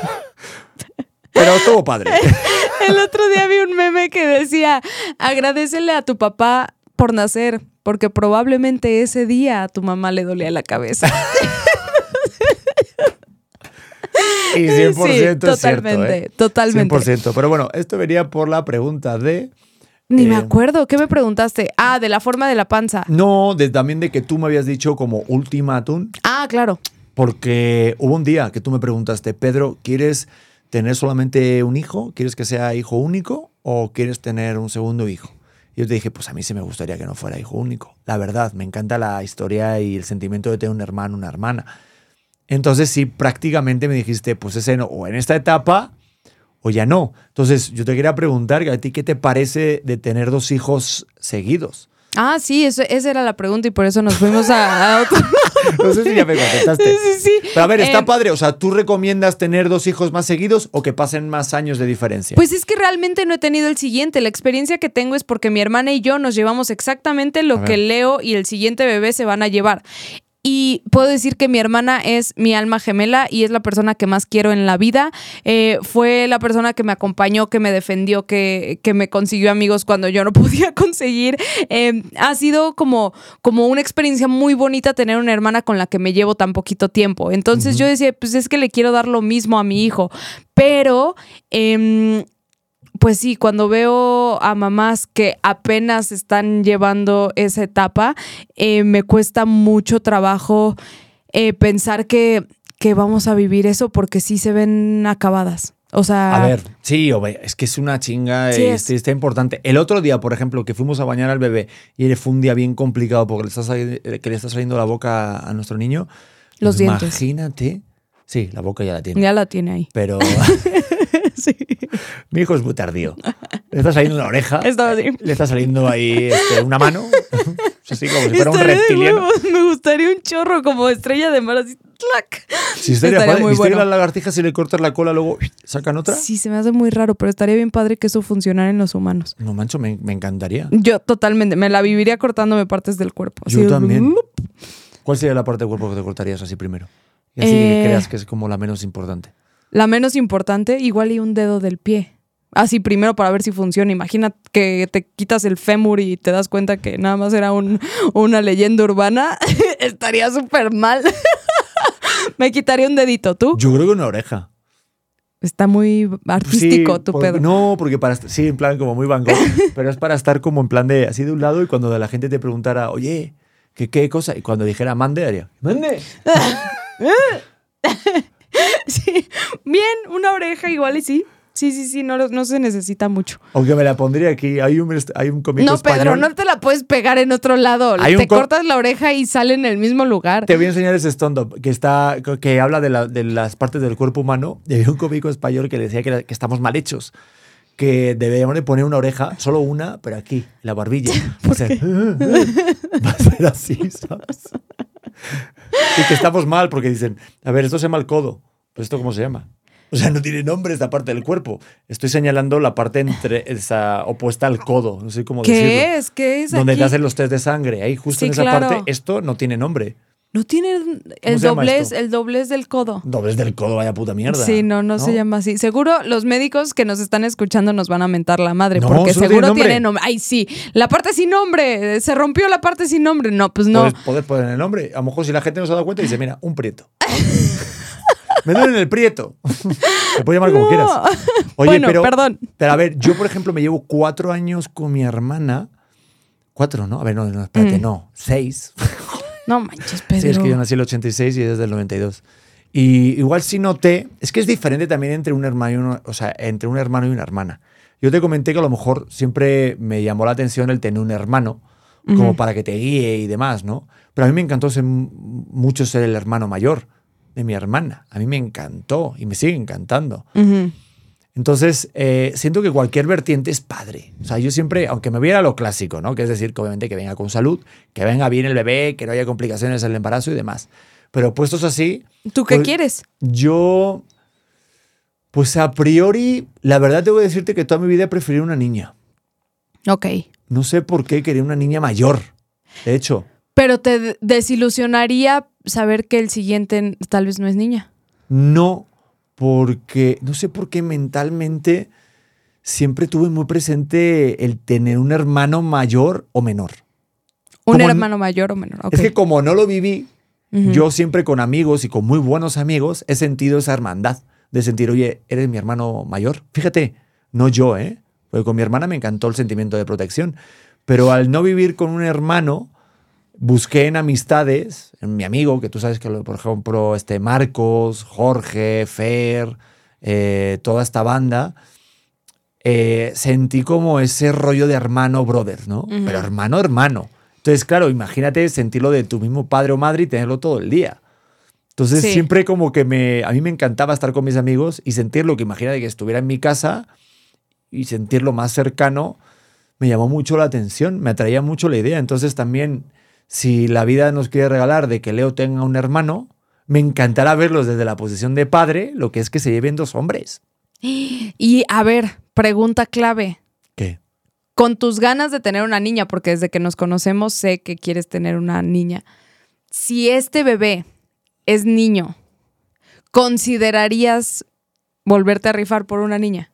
Pero estuvo padre. El otro día vi un meme que decía, agradécele a tu papá por nacer, porque probablemente ese día a tu mamá le dolía la cabeza. Y cien por ciento sí, es cierto, totalmente, ¿eh? totalmente. cien por ciento. Pero bueno, esto venía por la pregunta de... Ni eh, me acuerdo. ¿Qué me preguntaste? Ah, de la forma de la panza. No, de, también de que tú me habías dicho como ultimátum, Ah, claro. porque hubo un día que tú me preguntaste, Pedro, ¿quieres tener solamente un hijo? ¿Quieres que sea hijo único o quieres tener un segundo hijo? Y yo te dije, pues a mí sí me gustaría que no fuera hijo único. La verdad, me encanta la historia y el sentimiento de tener un hermano, una hermana. Entonces sí, prácticamente me dijiste, pues ese no, o en esta etapa o ya no. Entonces yo te quería preguntar, ¿a ti qué te parece de tener dos hijos seguidos? Ah, sí, eso, esa era la pregunta y por eso nos fuimos a, a otro. No sé si ya me contestaste. Sí, sí. Pero a ver, está Eh, padre. O sea, ¿tú recomiendas tener dos hijos más seguidos o que pasen más años de diferencia? Pues es que realmente no he tenido el siguiente. La experiencia que tengo es porque mi hermana y yo nos llevamos exactamente A lo ver. que Leo y el siguiente bebé se van a llevar. Y puedo decir que mi hermana es mi alma gemela y es la persona que más quiero en la vida. Eh, fue la persona que me acompañó, que me defendió, que, que me consiguió amigos cuando yo no podía conseguir. Eh, ha sido como, como una experiencia muy bonita tener una hermana con la que me llevo tan poquito tiempo. Entonces Ujú. yo decía, pues es que le quiero dar lo mismo a mi hijo. Pero... em, pues sí, cuando veo a mamás que apenas están llevando esa etapa, eh, me cuesta mucho trabajo eh, pensar que, que vamos a vivir eso porque sí se ven acabadas. O sea, A ver, sí, obe, es que es una chinga Sí y es. está, está importante. El otro día, por ejemplo, que fuimos a bañar al bebé y fue un día bien complicado porque le está sali- que le está saliendo la boca a nuestro niño. Los Pues dientes. Imagínate. Sí, la boca ya la tiene. ya la tiene ahí. Pero Sí. mi hijo es muy tardío. Le está saliendo una oreja. Estaba así. Le está saliendo ahí este, una mano. Es así como si fuera un Estaría de reptiliano. huevos, me gustaría un chorro como estrella de mar así. ¡tlac! Si estaría, Estaría padre. muy ¿Viste que bueno. las lagartijas si le cortas la cola luego sacan otra? Sí, se me hace muy raro, pero estaría bien padre que eso funcionara en los humanos. No, mancho, me, me encantaría. Yo totalmente, me la viviría cortándome partes del cuerpo. Yo Así, también. ¡lup! ¿Cuál sería la parte del cuerpo que te cortarías así primero? Y así Eh. que creas que es como la menos importante. La menos importante, igual y un dedo del pie. Así primero para ver si funciona. Imagina que te quitas el fémur y te das cuenta que nada más era un, una leyenda urbana. Estaría súper mal. Me quitaría un dedito, ¿tú? Yo creo que una oreja. Está muy artístico Sí, tu por- pedo. No, porque para est- sí, en plan como muy Van Gogh, pero es para estar como en plan de así de un lado y cuando la gente te preguntara, oye, ¿qué, qué cosa? Y cuando dijera mande, haría, mande. Sí. Bien, una oreja igual y sí. Sí, sí, sí, no, lo- no se necesita mucho. Aunque me la pondría aquí. Hay un, hay un cómico No, español. Pedro, no te la puedes pegar en otro lado. Hay Te un co- cortas la oreja y sale en el mismo lugar. Te voy a enseñar ese stand-up que, está, que habla de, la- de las partes del cuerpo humano. Y había un cómico español que decía que, era- que estamos mal hechos. Que deberíamos de poner una oreja, solo una, pero aquí, en la barbilla. Va a ser, va a ser así, ¿sabes? Y que estamos mal porque dicen, a ver, esto se llama el codo. ¿Pero esto cómo se llama? O sea, no tiene nombre esta parte del cuerpo. Estoy señalando la parte entre esa opuesta al codo. No sé cómo decirlo. ¿Qué es? ¿Qué es Donde aquí? te hacen los test de sangre. Ahí justo Sí, en esa claro. parte, esto no tiene nombre. No tiene el se llama doblez, esto? el doblez del codo. Doblez del codo, vaya puta mierda. Sí, no, no, se llama así. Seguro los médicos que nos están escuchando nos van a mentar la madre, No, porque eso no seguro tiene nombre. tiene nombre. Ay, sí, la parte sin nombre. Se rompió la parte sin nombre. No, pues no. Puedes, puedes poner el nombre. A lo mejor si la gente no se ha dado cuenta, dice, mira, un prieto. Me duele en el prieto. Me puedes llamar como No. quieras. Oye, Bueno, pero, perdón. pero a ver, yo, por ejemplo, me llevo cuatro años con mi hermana. Cuatro, ¿no? A ver, no, no espérate, Mm. no. Seis. No manches, Pedro. Sí, es que yo nací en el ochenta y seis y ella es del noventa y dos. Y igual sí noté, es que es diferente también entre un hermano y una, o sea, entre un hermano y una hermana. Yo te comenté que a lo mejor siempre me llamó la atención el tener un hermano, como Ujú. para que te guíe y demás, ¿no? Pero a mí me encantó ser, m- mucho ser el hermano mayor de mi hermana. A mí me encantó y me sigue encantando. Ujú. Entonces, eh, siento que cualquier vertiente es padre. O sea, yo siempre, aunque me viera lo clásico, ¿no? Que es decir, que obviamente que venga con salud, que venga bien el bebé, que no haya complicaciones en el embarazo y demás. Pero puestos así, ¿Tú qué pues, quieres? yo, pues a priori, la verdad tengo que decirte que toda mi vida he preferido una niña. Ok. No sé por qué quería una niña mayor. De hecho, Pero te de- desilusionaría saber que el siguiente tal vez no es niña. no, porque no sé por qué mentalmente siempre tuve muy presente el tener un hermano mayor o menor. Un Como n- hermano mayor o menor. Ok. Es que como no lo viví, Uh-huh. Yo siempre con amigos y con muy buenos amigos he sentido esa hermandad de sentir, oye, eres mi hermano mayor. Fíjate, no yo, ¿eh? Porque con mi hermana me encantó el sentimiento de protección. Pero al no vivir con un hermano, busqué en amistades, en mi amigo, que tú sabes que, por ejemplo, este Marcos, Jorge, Fer, eh, toda esta banda, eh, sentí como ese rollo de hermano brother, ¿no? Uh-huh. Pero hermano, hermano. Entonces, claro, imagínate sentirlo de tu mismo padre o madre y tenerlo todo el día. Entonces, sí. siempre como que me, a mí me encantaba estar con mis amigos y sentirlo, que imagínate que estuviera en mi casa y sentirlo más cercano, me llamó mucho la atención, me atraía mucho la idea. Entonces también, si la vida nos quiere regalar de que Leo tenga un hermano, me encantará verlos desde la posición de padre, lo que es que se lleven dos hombres. Y a ver, pregunta clave. ¿Qué? Con tus ganas de tener una niña, porque desde que nos conocemos sé que quieres tener una niña. Si este bebé es niño, ¿considerarías volverte a rifar por una niña?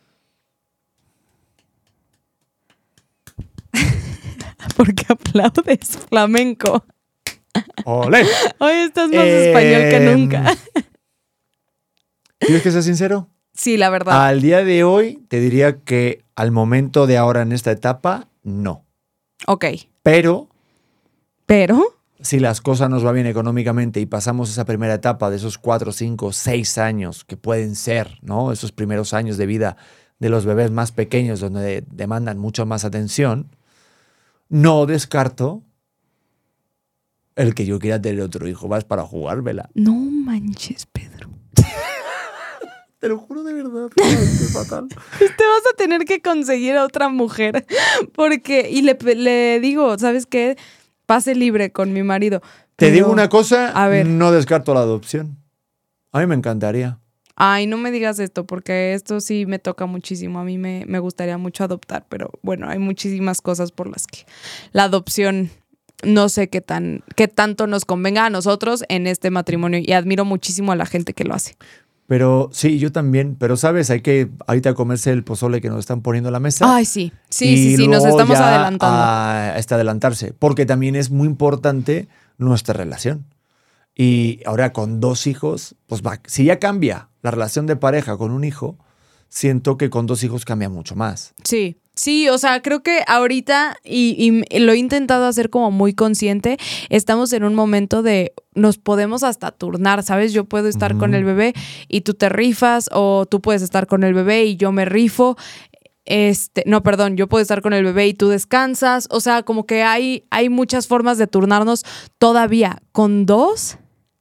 Porque aplaudes, flamenco. ¡Olé! Hoy estás más eh, español que nunca. ¿Quieres que sea sincero? Sí, la verdad. Al día de hoy te diría que al momento de ahora en esta etapa, no. Ok. Pero... ¿Pero? Si las cosas nos va bien económicamente y pasamos esa primera etapa de esos cuatro, cinco, seis años que pueden ser, ¿no? Esos primeros años de vida de los bebés más pequeños donde demandan mucho más atención, no descarto el que yo quiera tener otro hijo más para jugármela. No manches, Pedro. Te lo juro de verdad. Es fatal. Te vas a tener que conseguir a otra mujer. Porque, y le, le digo, ¿sabes qué? Pase libre con mi marido. Te Pero, digo una cosa, a ver. No descarto la adopción. A mí me encantaría. Ay, no me digas esto, porque esto sí me toca muchísimo. A mí me, me gustaría mucho adoptar, pero bueno, hay muchísimas cosas por las que la adopción no sé qué tan, qué tanto nos convenga a nosotros en este matrimonio. Y admiro muchísimo a la gente que lo hace. Pero sí, yo también. Pero, ¿sabes? Hay que ahorita comerse el pozole que nos están poniendo en la mesa. Ay, sí. Sí, sí, sí. Nos estamos adelantando. A, a este adelantarse. Porque también es muy importante nuestra relación. Y ahora con dos hijos, pues va, si ya cambia la relación de pareja con un hijo, siento que con dos hijos cambia mucho más. Sí. Sí, o sea, creo que ahorita, y, y lo he intentado hacer como muy consciente, estamos en un momento de nos podemos hasta turnar, ¿sabes? Yo puedo estar uh-huh. con el bebé y tú te rifas, o tú puedes estar con el bebé y yo me rifo. Este, no, perdón, yo puedo estar con el bebé y tú descansas. O sea, como que hay, hay muchas formas de turnarnos todavía. Con dos,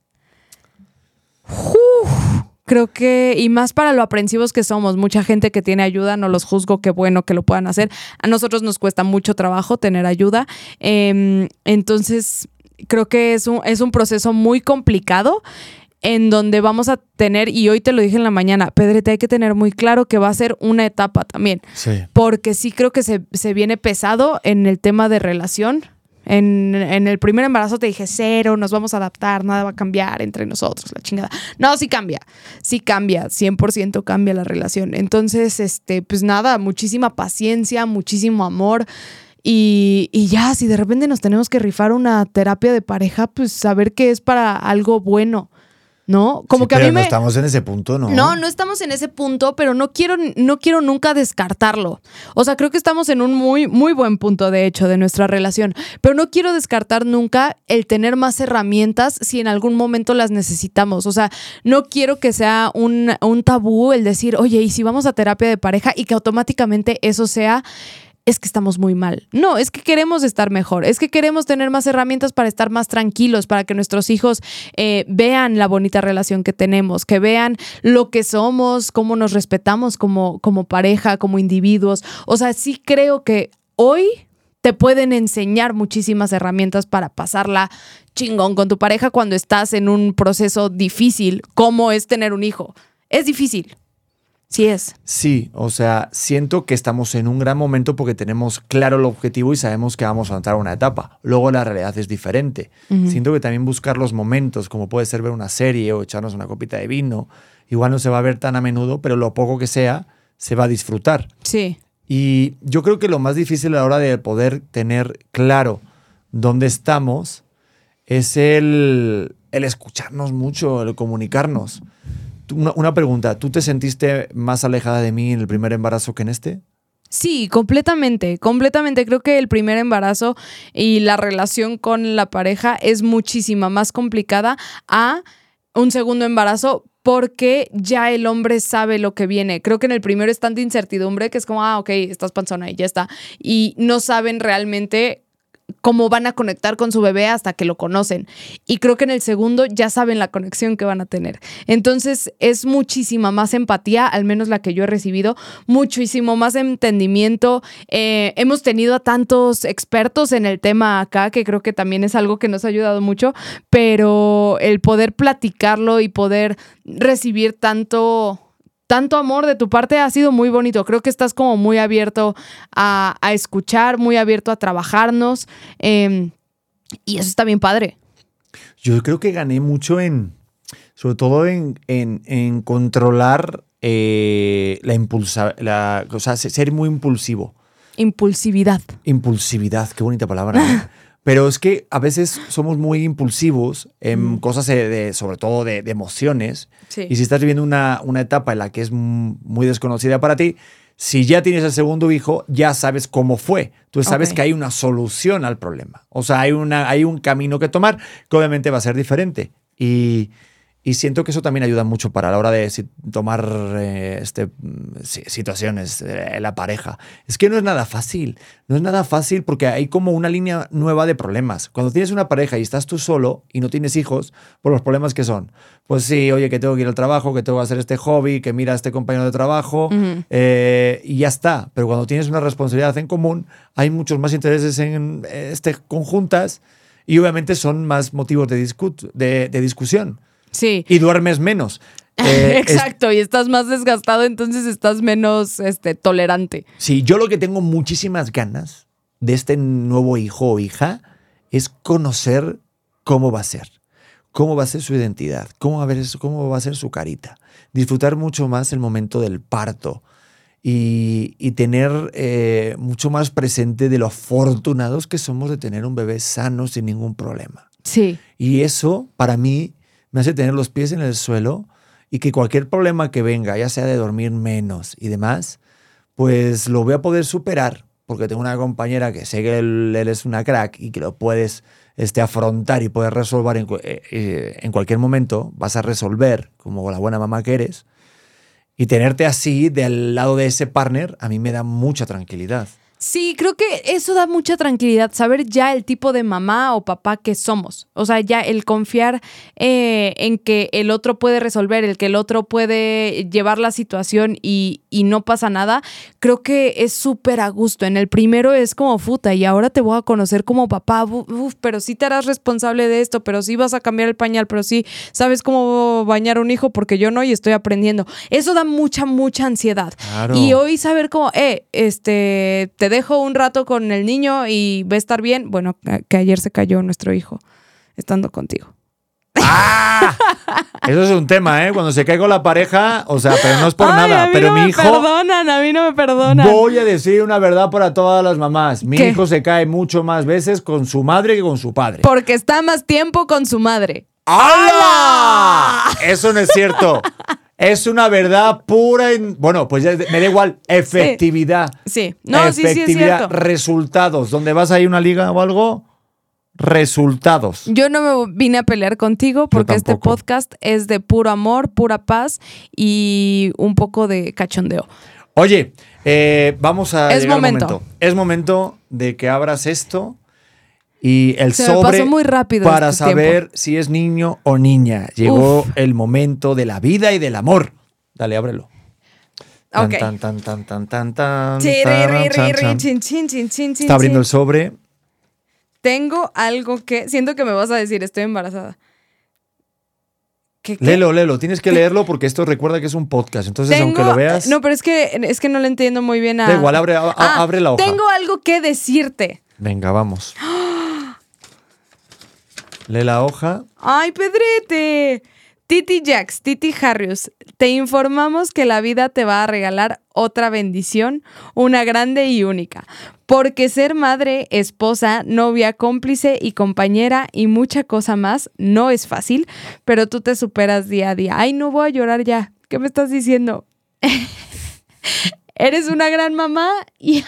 ¡uf! Creo que, y más para lo aprensivos que somos, mucha gente que tiene ayuda, no los juzgo, qué bueno que lo puedan hacer. A nosotros nos cuesta mucho trabajo tener ayuda. Eh, entonces, creo que es un, es un proceso muy complicado en donde vamos a tener, y hoy te lo dije en la mañana, Pedrete, hay que tener muy claro que va a ser una etapa también. Sí. Porque sí creo que se, se viene pesado en el tema de relación. En, en el primer embarazo te dije cero, nos vamos a adaptar, nada va a cambiar entre nosotros, la chingada. No, sí cambia, sí cambia, cien por ciento cambia la relación. Entonces, este, pues nada, muchísima paciencia, muchísimo amor y, y ya, si de repente nos tenemos que rifar una terapia de pareja, pues saber que es para algo bueno. ¿No? Como sí, que a pero mí me... no estamos en ese punto, ¿no? No, no estamos en ese punto, pero no quiero, no quiero nunca descartarlo. O sea, creo que estamos en un muy, muy buen punto, de hecho, de nuestra relación. Pero no quiero descartar nunca el tener más herramientas si en algún momento las necesitamos. O sea, no quiero que sea un, un tabú el decir, oye, ¿y si vamos a terapia de pareja? Y que automáticamente eso sea... es que estamos muy mal. No, es que queremos estar mejor, es que queremos tener más herramientas para estar más tranquilos, para que nuestros hijos eh, vean la bonita relación que tenemos, que vean lo que somos, cómo nos respetamos como, como pareja, como individuos. O sea, sí creo que hoy te pueden enseñar muchísimas herramientas para pasarla chingón con tu pareja cuando estás en un proceso difícil, como es tener un hijo. Es difícil. Sí es. Sí, o sea, siento que estamos en un gran momento porque tenemos claro el objetivo y sabemos que vamos a entrar a una etapa. Luego la realidad es diferente. Uh-huh. Siento que también buscar los momentos, como puede ser ver una serie o echarnos una copita de vino, igual no se va a ver tan a menudo, pero lo poco que sea, se va a disfrutar. Sí. Y yo creo que lo más difícil a la hora de poder tener claro dónde estamos es el, el escucharnos mucho, el comunicarnos. Una, una pregunta, ¿tú te sentiste más alejada de mí en el primer embarazo que en este? Sí, completamente, completamente. Creo que el primer embarazo y la relación con la pareja es muchísima más complicada a un segundo embarazo porque ya el hombre sabe lo que viene. Creo que en el primero es tanta incertidumbre que es como, ah, ok, estás panzona y ya está. Y no saben realmente cómo van a conectar con su bebé hasta que lo conocen. Y creo que en el segundo ya saben la conexión que van a tener. Entonces es muchísima más empatía, al menos la que yo he recibido, muchísimo más entendimiento. Eh, hemos tenido a tantos expertos en el tema acá, que creo que también es algo que nos ha ayudado mucho, pero el poder platicarlo y poder recibir tanto... Tanto amor de tu parte ha sido muy bonito. Creo que estás como muy abierto a, a escuchar, muy abierto a trabajarnos. Eh, y eso está bien padre. Yo creo que gané mucho en, sobre todo en, en, en controlar eh, la impulsa, la, o sea, ser muy impulsivo. Impulsividad. Impulsividad, qué bonita palabra, ¿no? Pero es que a veces somos muy impulsivos en mm. cosas de, de, sobre todo de, de emociones. Sí. Y si estás viviendo una, una etapa en la que es muy desconocida para ti, si ya tienes el segundo hijo, ya sabes cómo fue. Tú sabes okay. que hay una solución al problema. O sea, hay, una, hay un camino que tomar que obviamente va a ser diferente. Y... Y siento que eso también ayuda mucho para la hora de si, tomar eh, este, situaciones en eh, la pareja. Es que no es nada fácil. No es nada fácil porque hay como una línea nueva de problemas. Cuando tienes una pareja y estás tú solo y no tienes hijos, por los problemas que son. Pues sí, oye, que tengo que ir al trabajo, que tengo que hacer este hobby, que mira a este compañero de trabajo, uh-huh. eh, y ya está. Pero cuando tienes una responsabilidad en común, hay muchos más intereses en este, conjuntas y obviamente son más motivos de, discut- de, de discusión. Sí. Y duermes menos. Eh, Exacto, es... y estás más desgastado, entonces estás menos este, tolerante. Sí, yo lo que tengo muchísimas ganas de este nuevo hijo o hija es conocer cómo va a ser, cómo va a ser su identidad, cómo va a, ver, cómo va a ser su carita. Disfrutar mucho más el momento del parto y, y tener eh, mucho más presente de lo afortunados que somos de tener un bebé sano sin ningún problema. Sí. Y eso, para mí, me hace tener los pies en el suelo y que cualquier problema que venga, ya sea de dormir menos y demás, pues lo voy a poder superar porque tengo una compañera que sé que él, él es una crack y que lo puedes este, afrontar y puedes resolver en, eh, en cualquier momento. Vas a resolver como la buena mamá que eres. Y tenerte así del lado de ese partner a mí me da mucha tranquilidad. Sí, creo que eso da mucha tranquilidad, saber ya el tipo de mamá o papá que somos. O sea, ya el confiar eh, en que el otro puede resolver, el que el otro puede llevar la situación y, y no pasa nada, creo que es súper a gusto. En el primero es como puta y ahora te voy a conocer como papá, uf, pero sí te harás responsable de esto, pero sí vas a cambiar el pañal, pero sí sabes cómo bañar a un hijo porque yo no y estoy aprendiendo. Eso da mucha, mucha ansiedad. Claro. Y hoy saber cómo, eh, este, te dejo un rato con el niño y va a estar bien. Bueno, que ayer se cayó nuestro hijo estando contigo. ¡Ah! Eso es un tema, ¿eh? Cuando se cae con la pareja, o sea, pero no es por Ay, nada. a mí Pero no mi me hijo. perdonan, a mí no me perdonan. Voy a decir una verdad para todas las mamás. Mi ¿Qué? hijo se cae mucho más veces con su madre que con su padre. Porque está más tiempo con su madre. ¡Hala! Eso no es cierto. Es una verdad pura. En, bueno, pues ya me da igual. Efectividad. Sí. No, Efectividad, sí, sí es cierto. Resultados. ¿Dónde vas a ir a una liga o algo? Resultados. Yo no me vine a pelear contigo porque este podcast es de puro amor, pura paz y un poco de cachondeo. Oye, eh, vamos a es llegar momento. al momento. Es momento de que abras esto y el Se sobre me pasó muy rápido para este saber tiempo. si es niño o niña. Llegó Uf. el momento de la vida y del amor. Dale, ábrelo. Ok. Tan, tan, tan, tan, tan, tan, Sí, tan, ri, ri, tan, ri, ri, tan. chin, chin, chin, chin, Está abriendo chin. el sobre. Tengo algo que... Siento que me vas a decir, estoy embarazada. ¿Qué, qué? Léelo, léelo. Tienes que leerlo porque esto recuerda que es un podcast. Entonces, Tengo, aunque lo veas... No, pero es que, es que no le entiendo muy bien a... Da igual, abre, a, Ah, abre la hoja. Tengo algo que decirte. Venga, vamos. Lee la hoja. ¡Ay, Pedrete! Titi Jax, Titi Harrius, te informamos que la vida te va a regalar otra bendición, una grande y única, porque ser madre, esposa, novia, cómplice y compañera y mucha cosa más no es fácil, pero tú te superas día a día. Ay, no voy a llorar ya. ¿Qué me estás diciendo? Eres una gran mamá y...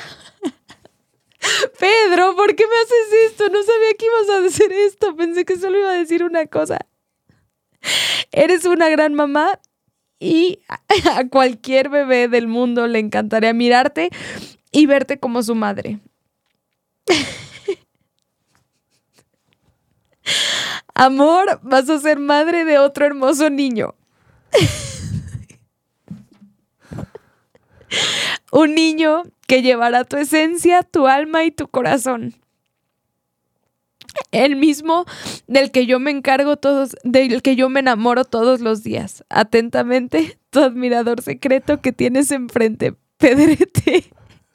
Pedro, ¿por qué me haces esto? No sabía que ibas a decir esto. Pensé que solo iba a decir una cosa. Eres una gran mamá y a cualquier bebé del mundo le encantaría mirarte y verte como su madre. Amor, vas a ser madre de otro hermoso niño. Un niño que llevará tu esencia, tu alma y tu corazón. El mismo del que yo me encargo todos, del que yo me enamoro todos los días. Atentamente, tu admirador secreto que tienes enfrente, Pedrete.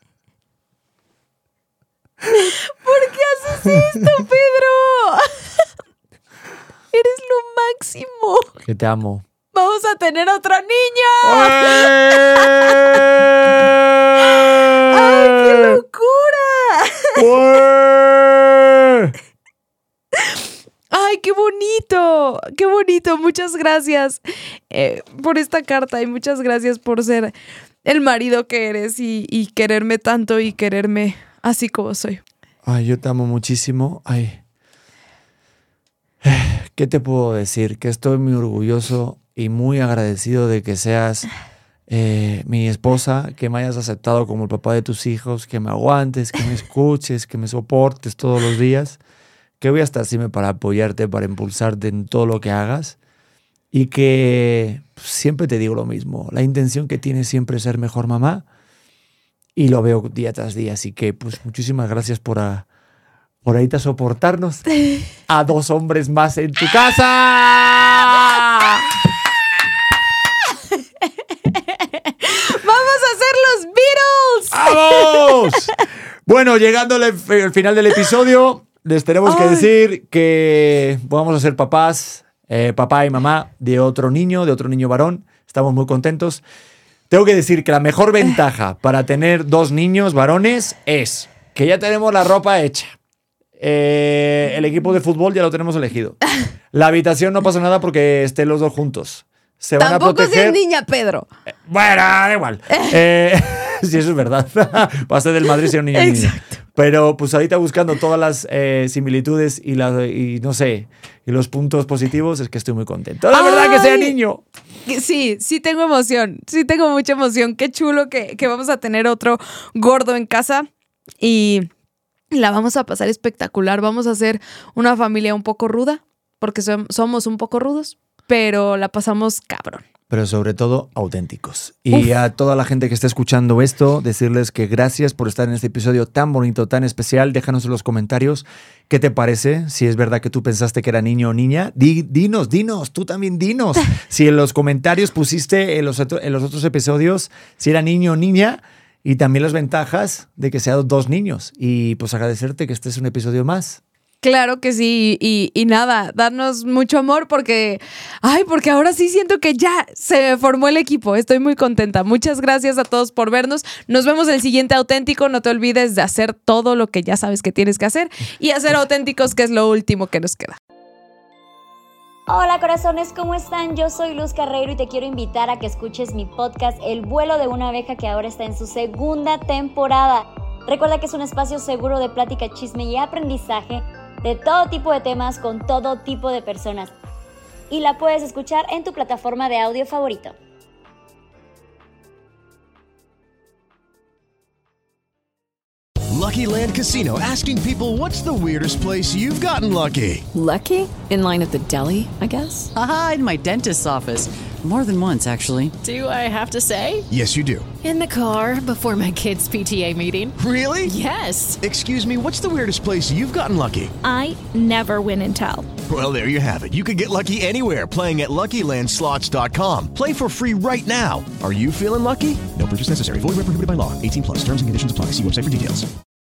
¿Por qué haces esto, Pedro? Eres lo máximo. Que te amo. ¡Vamos a tener otro niño! ¡Ay, qué locura! ¡Ay, qué bonito! ¡Qué bonito! Muchas gracias eh, por esta carta y muchas gracias por ser el marido que eres y, y quererme tanto y quererme así como soy. Ay, yo te amo muchísimo. Ay. ¿Qué te puedo decir? Que estoy muy orgulloso y muy agradecido de que seas eh, mi esposa, que me hayas aceptado como el papá de tus hijos, que me aguantes, que me escuches, que me soportes todos los días, que voy a estar siempre para apoyarte, para impulsarte en todo lo que hagas y que pues, siempre te digo lo mismo, la intención que tienes siempre es ser mejor mamá y lo veo día tras día, así que pues muchísimas gracias por... A, por ahorita soportarnos a dos hombres más en tu casa. ¡Vamos a hacer los Beatles! ¡Vamos! Bueno, llegando al, al final del episodio, les tenemos que decir que vamos a ser papás, eh, papá y mamá de otro niño, de otro niño varón. Estamos muy contentos. Tengo que decir que la mejor ventaja para tener dos niños varones es que ya tenemos la ropa hecha. Eh, el equipo de fútbol ya lo tenemos elegido. La habitación no pasa nada porque estén los dos juntos. Se van Tampoco a proteger. seas niña, Pedro. Eh, bueno, da igual. Eh, sí, eso es verdad. Va a ser del Madrid ser un niño. Exacto. Niño. Pero pues ahorita buscando todas las eh, similitudes y, la, y no sé, y los puntos positivos, es que estoy muy contento. La verdad que sea niño. Sí, sí tengo emoción. Sí tengo mucha emoción. Qué chulo que, que vamos a tener otro gordo en casa. Y... la vamos a pasar espectacular. Vamos a ser una familia un poco ruda, porque som- somos un poco rudos, pero la pasamos cabrón. Pero sobre todo auténticos. Y Uf. A toda la gente que está escuchando esto, decirles que gracias por estar en este episodio tan bonito, tan especial. Déjanos en los comentarios qué te parece. Si es verdad que tú pensaste que era niño o niña, di, dinos, dinos, tú también dinos. Si en los comentarios pusiste en los, en los otros episodios si era niño o niña, y también las ventajas de que sean dos niños. Y pues agradecerte que este es un episodio más. Claro que sí. Y, y nada, darnos mucho amor porque... Ay, porque ahora sí siento que ya se formó el equipo. Estoy muy contenta. Muchas gracias a todos por vernos. Nos vemos en el siguiente Auténtico. No te olvides de hacer todo lo que ya sabes que tienes que hacer. Y hacer auténticos, que es lo último que nos queda. Hola corazones, ¿cómo están? Yo soy Luz Carreiro y te quiero invitar a que escuches mi podcast El vuelo de una abeja, que ahora está en su segunda temporada. Recuerda que es un espacio seguro de plática, chisme y aprendizaje de todo tipo de temas con todo tipo de personas. Y la puedes escuchar en tu plataforma de audio favorito. Lucky Land Casino, asking people, what's the weirdest place you've gotten lucky? Lucky? In line at the deli, I guess? Aha, in my dentist's office. More than once, actually. Do I have to say? Yes, you do. In the car before my kids' P T A meeting. Really? Yes. Excuse me, what's the weirdest place you've gotten lucky? I never win and tell. Well, there you have it. You can get lucky anywhere, playing at Lucky Land Slots dot com. Play for free right now. Are you feeling lucky? No purchase necessary. Void where prohibited by law. eighteen plus. Terms and conditions apply. See website for details.